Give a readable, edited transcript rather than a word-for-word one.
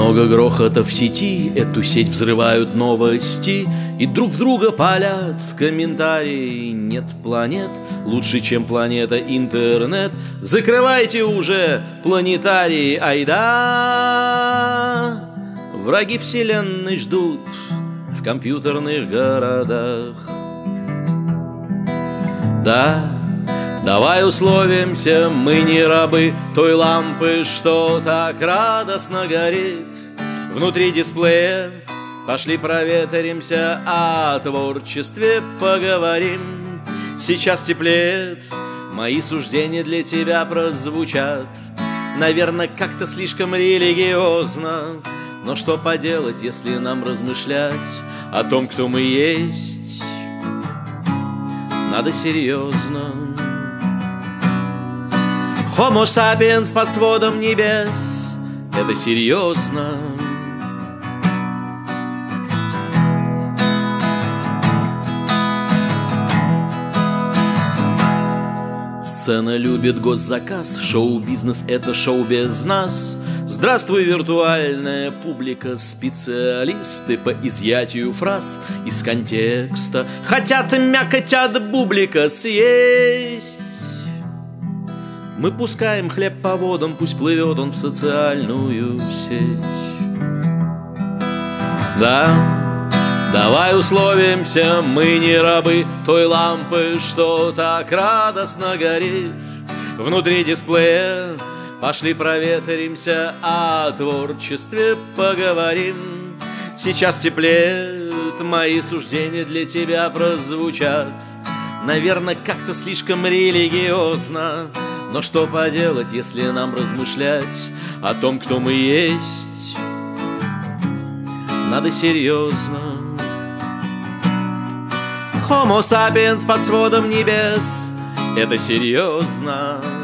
Много грохота в сети, эту сеть взрывают новости и друг в друга палят комментарии. Нет планет лучше, чем планета интернет. Закрывайте уже планетарии, айда! Враги вселенной ждут в компьютерных городах. Да, давай условимся, мы не рабы той лампы, что так радостно горит внутри дисплея. Пошли проветримся, о творчестве поговорим. Сейчас теплеет, мои суждения для тебя прозвучат. Наверное, как-то слишком религиозно, но что поделать, если нам размышлять о том, кто мы есть, надо серьезно. Homo sapiens под сводом небес — это серьезно. Сцена любит госзаказ, шоу-бизнес — это шоу без нас. Здравствуй, виртуальная публика, специалисты по изъятию фраз из контекста. Хотят мякоть от бублика съесть. Мы пускаем хлеб по водам, пусть плывет он в социальную сеть. Да, давай условимся, мы не рабы той лампы, что так радостно горит внутри дисплея. Пошли проветримся, о творчестве поговорим. Сейчас теплеет, мои суждения для тебя прозвучат. Наверное, как-то слишком религиозно, но что поделать, если нам размышлять о том, кто мы есть, надо серьезно. Homo sapiens под сводом небес — это серьезно.